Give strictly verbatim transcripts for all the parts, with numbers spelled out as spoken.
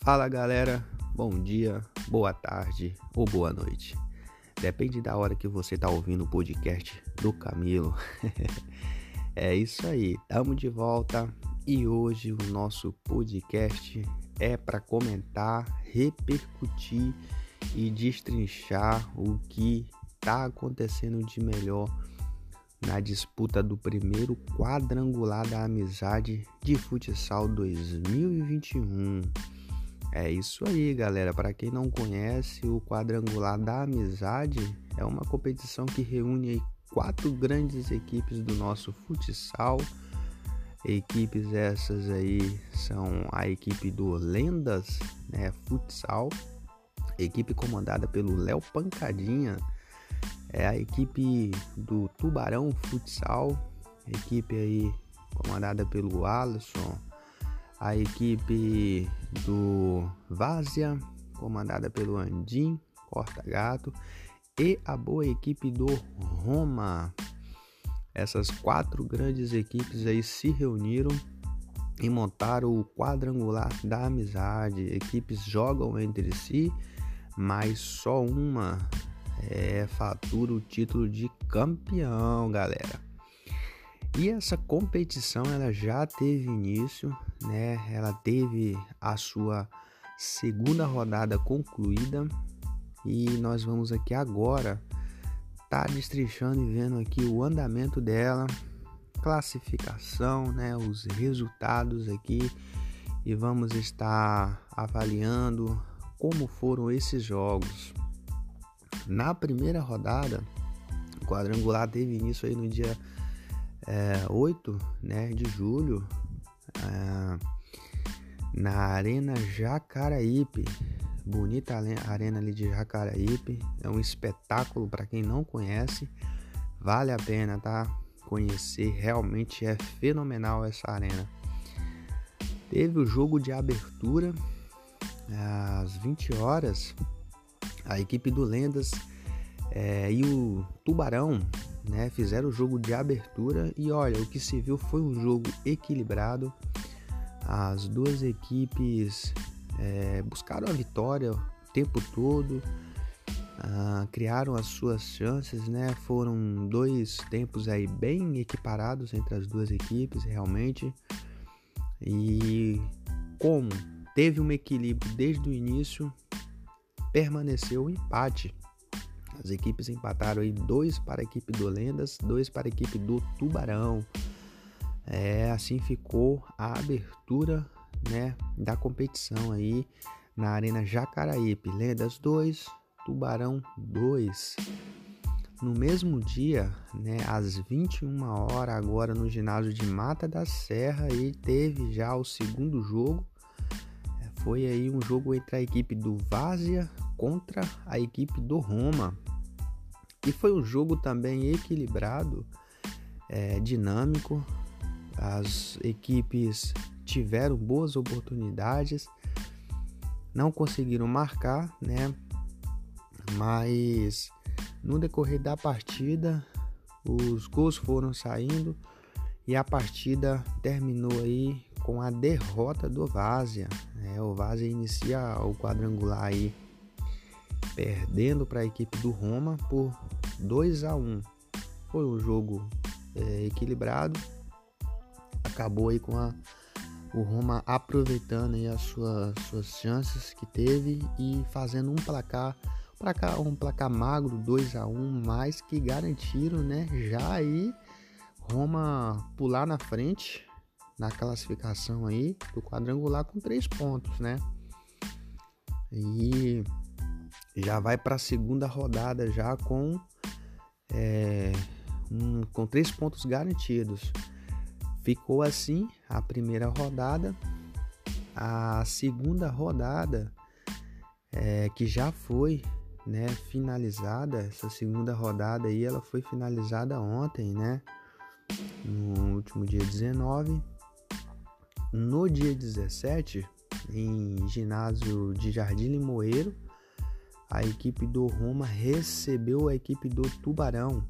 Fala galera, bom dia, boa tarde ou boa noite. Depende da hora que você tá ouvindo o podcast do Camilo. É isso aí, estamos de volta e hoje o nosso podcast é para comentar, repercutir e destrinchar o que tá acontecendo de melhor na disputa do primeiro quadrangular da amizade de futsal dois mil e vinte e um. É isso aí, galera. Para quem não conhece, o quadrangular da amizade é uma competição que reúne aí quatro grandes equipes do nosso futsal. Equipes essas aí são a equipe do Lendas, né, Futsal, equipe comandada pelo Léo Pancadinha, é a equipe do Tubarão Futsal, equipe aí comandada pelo Alisson, a equipe do Várzea, comandada pelo Andim Corta Gato, e a boa equipe do Roma. Essas quatro grandes equipes aí se reuniram e montaram o quadrangular da amizade. Equipes jogam entre si, mas só uma é, fatura o título de campeão, galera. E essa competição ela já teve início, né? Ela teve a sua segunda rodada concluída e nós vamos aqui agora tá destrinchando e vendo aqui o andamento dela, classificação, né? Os resultados aqui e vamos estar avaliando como foram esses jogos. Na primeira rodada, o quadrangular teve início aí no dia É, oito, né, de julho, é, na Arena Jacaraípe. Bonita arena ali de Jacaraípe, é um espetáculo para quem não conhece, vale a pena, tá? Conhecer, realmente é fenomenal essa arena. Teve o jogo de abertura às vinte horas, a equipe do Lendas é, e o Tubarão, né, fizeram o jogo de abertura e olha, o que se viu foi um jogo equilibrado. As duas equipes é, buscaram a vitória o tempo todo, ah, criaram as suas chances, né? Foram dois tempos aí bem equiparados entre as duas equipes, realmente. E como teve um equilíbrio desde o início, permaneceu o empate. As equipes empataram aí, dois para a equipe do Lendas, dois para a equipe do Tubarão. É, assim ficou a abertura, né, da competição aí na Arena Jacaraípe. Lendas dois, Tubarão dois. No mesmo dia, né, às vinte e uma horas, agora no ginásio de Mata da Serra, aí teve já o segundo jogo. Foi aí um jogo entre a equipe do Várzea contra a equipe do Roma. E foi um jogo também equilibrado, é, dinâmico. As equipes tiveram boas oportunidades, não conseguiram marcar, né? Mas no decorrer da partida, os gols foram saindo e a partida terminou aí com a derrota do Várzea. É, o Várzea inicia o quadrangular aí perdendo para a equipe do Roma por dois a um. Foi um jogo é, equilibrado. Acabou aí com a, o Roma aproveitando aí as suas, suas chances que teve e fazendo um placar, placar um placar magro, dois a um, mas que garantiram, né, já aí Roma pular na frente na classificação aí do quadrangular com três pontos, né? E já vai para a segunda rodada já com, é, um, com três pontos garantidos. Ficou assim a primeira rodada. A segunda rodada, é, que já foi, né, finalizada. Essa segunda rodada aí ela foi finalizada ontem, né? No último dia dezenove. No dia dezessete, em ginásio de Jardim Limoeiro, a equipe do Roma recebeu a equipe do Tubarão.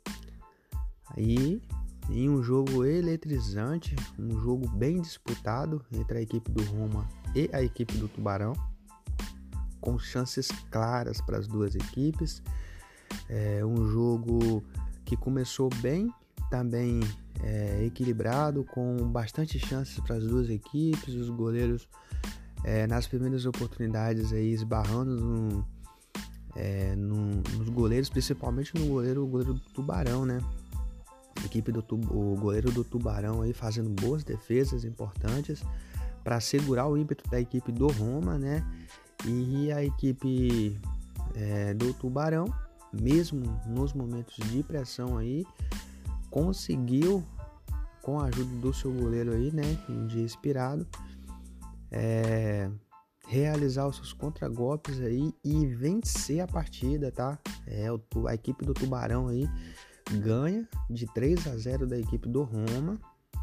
Aí, em um jogo eletrizante, um jogo bem disputado entre a equipe do Roma e a equipe do Tubarão, com chances claras para as duas equipes. É um jogo que começou bem, também é, equilibrado, com bastante chances para as duas equipes, os goleiros é, nas primeiras oportunidades aí esbarrando no, é, no, nos goleiros, principalmente no goleiro, o goleiro do Tubarão, né? A equipe do o goleiro do Tubarão aí fazendo boas defesas importantes para segurar o ímpeto da equipe do Roma, né? E a equipe é, do Tubarão, mesmo nos momentos de pressão aí, conseguiu, com a ajuda do seu goleiro aí, né, em dia inspirado, é, realizar os seus contragolpes aí e vencer a partida, tá? É, o, a equipe do Tubarão aí ganha de três a zero da equipe do Roma,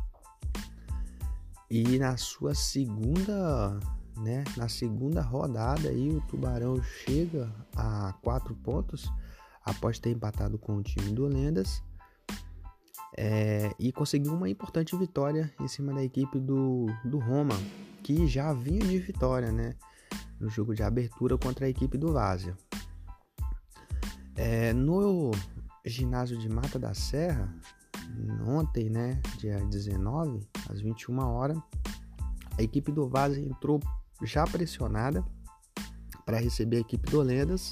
e na sua segunda, né, na segunda rodada aí o Tubarão chega a quatro pontos após ter empatado com o time do Lendas, é, e conseguiu uma importante vitória em cima da equipe do, do Roma, que já vinha de vitória, né, no jogo de abertura contra a equipe do Várzea. É, no ginásio de Mata da Serra, ontem, né, dia dezenove, às vinte e uma horas, a equipe do Várzea entrou já pressionada para receber a equipe do Lendas.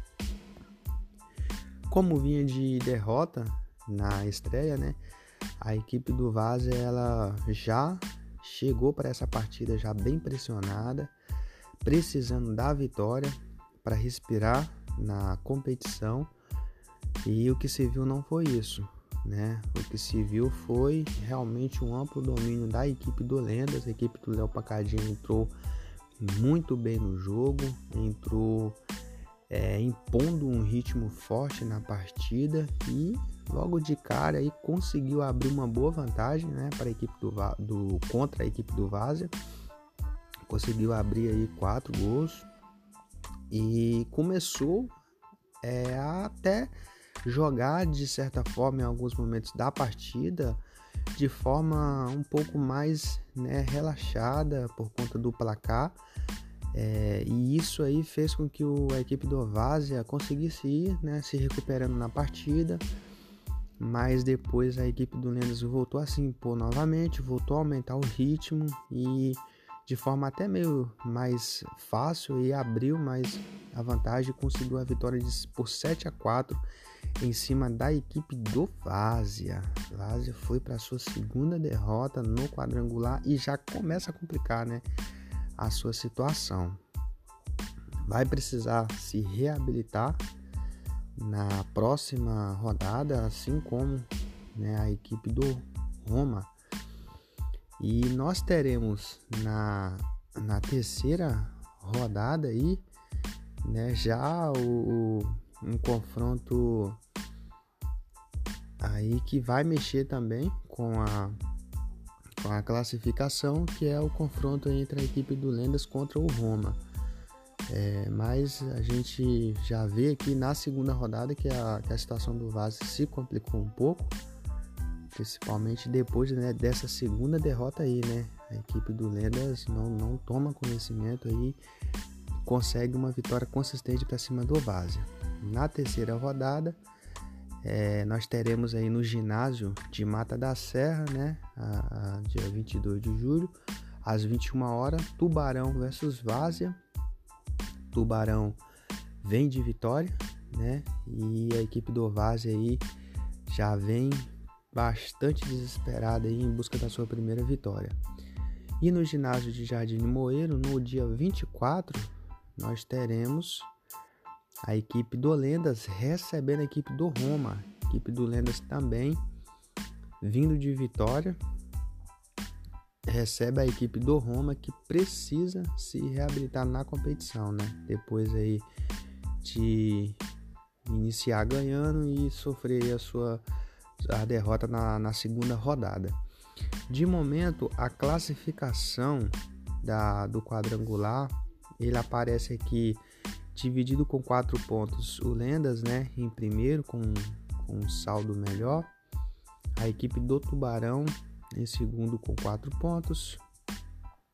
Como vinha de derrota na estreia, né, a equipe do Várzea ela já chegou para essa partida já bem pressionada, precisando da vitória para respirar na competição, e o que se viu não foi isso, né? O que se viu foi realmente um amplo domínio da equipe do Lendas. A equipe do Léo Pacadinho entrou muito bem no jogo, entrou é, impondo um ritmo forte na partida e logo de cara aí conseguiu abrir uma boa vantagem, né, para a equipe do, do contra a equipe do Várzea. Conseguiu abrir aí quatro gols e começou é, a até jogar de certa forma em alguns momentos da partida de forma um pouco mais, né, relaxada por conta do placar, é, e isso aí fez com que o, a equipe do Várzea conseguisse ir, né, se recuperando na partida, mas depois a equipe do Lendas voltou a se impor novamente, voltou a aumentar o ritmo e de forma até meio mais fácil, e abriu mais a vantagem, conseguiu a vitória de, por sete a quatro em cima da equipe do Várzea. Várzea foi para sua segunda derrota no quadrangular e já começa a complicar, né, a sua situação. Vai precisar se reabilitar na próxima rodada, assim como, né, a equipe do Roma. E nós teremos na, na terceira rodada aí, né, já o, o, um confronto aí que vai mexer também com a, com a classificação, que é o confronto entre a equipe do Lendas contra o Roma. É, mas a gente já vê aqui na segunda rodada que a, que a situação do Várzea se complicou um pouco, principalmente depois, né, dessa segunda derrota aí, né? A equipe do Lendas não, não toma conhecimento aí, consegue uma vitória consistente para cima do Várzea. Na terceira rodada, é, nós teremos aí no ginásio de Mata da Serra, né, a, a, dia vinte e dois de julho, às vinte e uma horas, Tubarão versus Várzea. Tubarão vem de vitória, né, e a equipe do Várzea aí já vem bastante desesperada aí em busca da sua primeira vitória. E no ginásio de Jardim Limoeiro, no dia vinte e quatro, nós teremos a equipe do Lendas recebendo a equipe do Roma. A equipe do Lendas também vindo de vitória, recebe a equipe do Roma, que precisa se reabilitar na competição, né? Depois aí de iniciar ganhando e sofrer a sua a derrota na, na segunda rodada. De momento, a classificação da, do quadrangular, ele aparece aqui dividido com quatro pontos. O Lendas, né, em primeiro com, com um saldo melhor. A equipe do Tubarão em segundo com quatro pontos.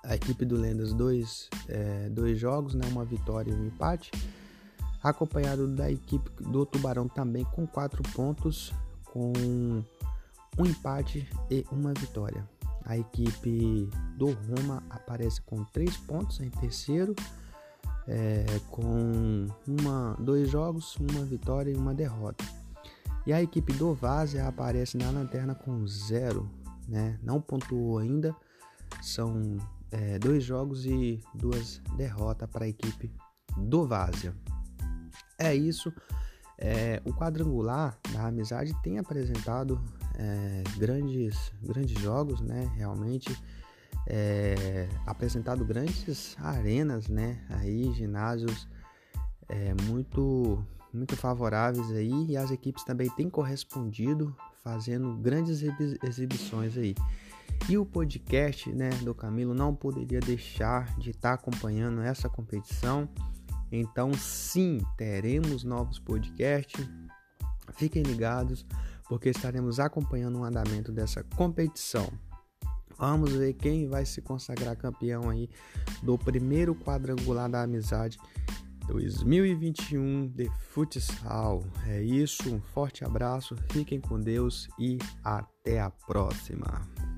a equipe do Lendas dois, é, dois jogos, né, uma vitória e um empate, acompanhado da equipe do Tubarão também com quatro pontos, com um empate e uma vitória. A equipe do Roma aparece com três pontos em terceiro, é, com uma, dois jogos, uma vitória e uma derrota. E a equipe do Várzea aparece na lanterna com zero, né? Não pontuou ainda, são é, dois jogos e duas derrotas para a equipe do Várzea. É isso, é, o quadrangular da amizade tem apresentado é, grandes, grandes jogos, né? Realmente é, apresentado grandes arenas, né? Aí ginásios é, muito muito favoráveis aí, e as equipes também têm correspondido, fazendo grandes exibições aí. E o podcast, né, do Camilo não poderia deixar de estar acompanhando essa competição. Então sim, teremos novos podcasts, fiquem ligados, porque estaremos acompanhando o andamento dessa competição. Vamos ver quem vai se consagrar campeão aí do primeiro quadrangular da amizade dois mil e vinte e um de futsal. É isso, um forte abraço, fiquem com Deus e até a próxima.